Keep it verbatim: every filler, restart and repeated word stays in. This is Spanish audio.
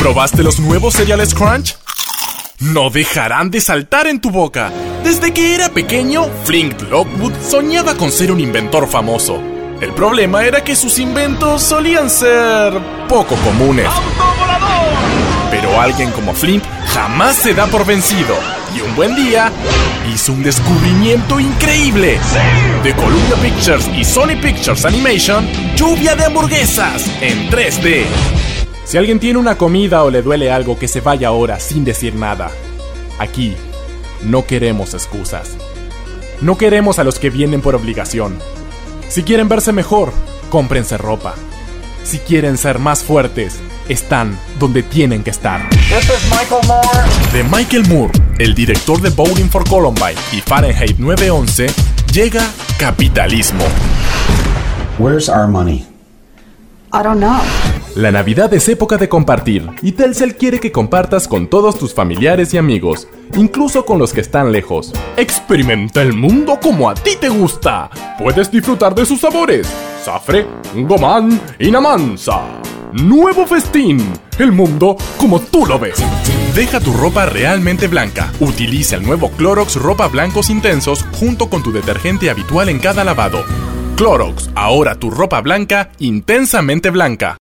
¿Probaste los nuevos cereales Crunch? No dejarán de saltar en tu boca. Desde que era pequeño, Flint Lockwood soñaba con ser un inventor famoso. El problema era que sus inventos solían ser poco comunes. Pero alguien como Flint jamás se da por vencido. Y un buen día, hizo un descubrimiento increíble. De Columbia Pictures y Sony Pictures Animation, lluvia de hamburguesas en tres D. Si alguien tiene una comida o le duele algo, que se vaya ahora sin decir nada. Aquí no queremos excusas. No queremos a los que vienen por obligación. Si quieren verse mejor, cómprense ropa. Si quieren ser más fuertes, están donde tienen que estar. This is Michael Moore. De Michael Moore, el director de Bowling for Columbine y Fahrenheit nueve once, llega Capitalismo. Where's our money? I don't know. La Navidad es época de compartir, y Telcel quiere que compartas con todos tus familiares y amigos, incluso con los que están lejos. Experimenta el mundo como a ti te gusta. Puedes disfrutar de sus sabores: Safre, Gomán y Namansa. Nuevo festín, el mundo como tú lo ves. Deja tu ropa realmente blanca. Utiliza el nuevo Clorox Ropa Blancos Intensos junto con tu detergente habitual en cada lavado. Clorox, ahora tu ropa blanca intensamente blanca.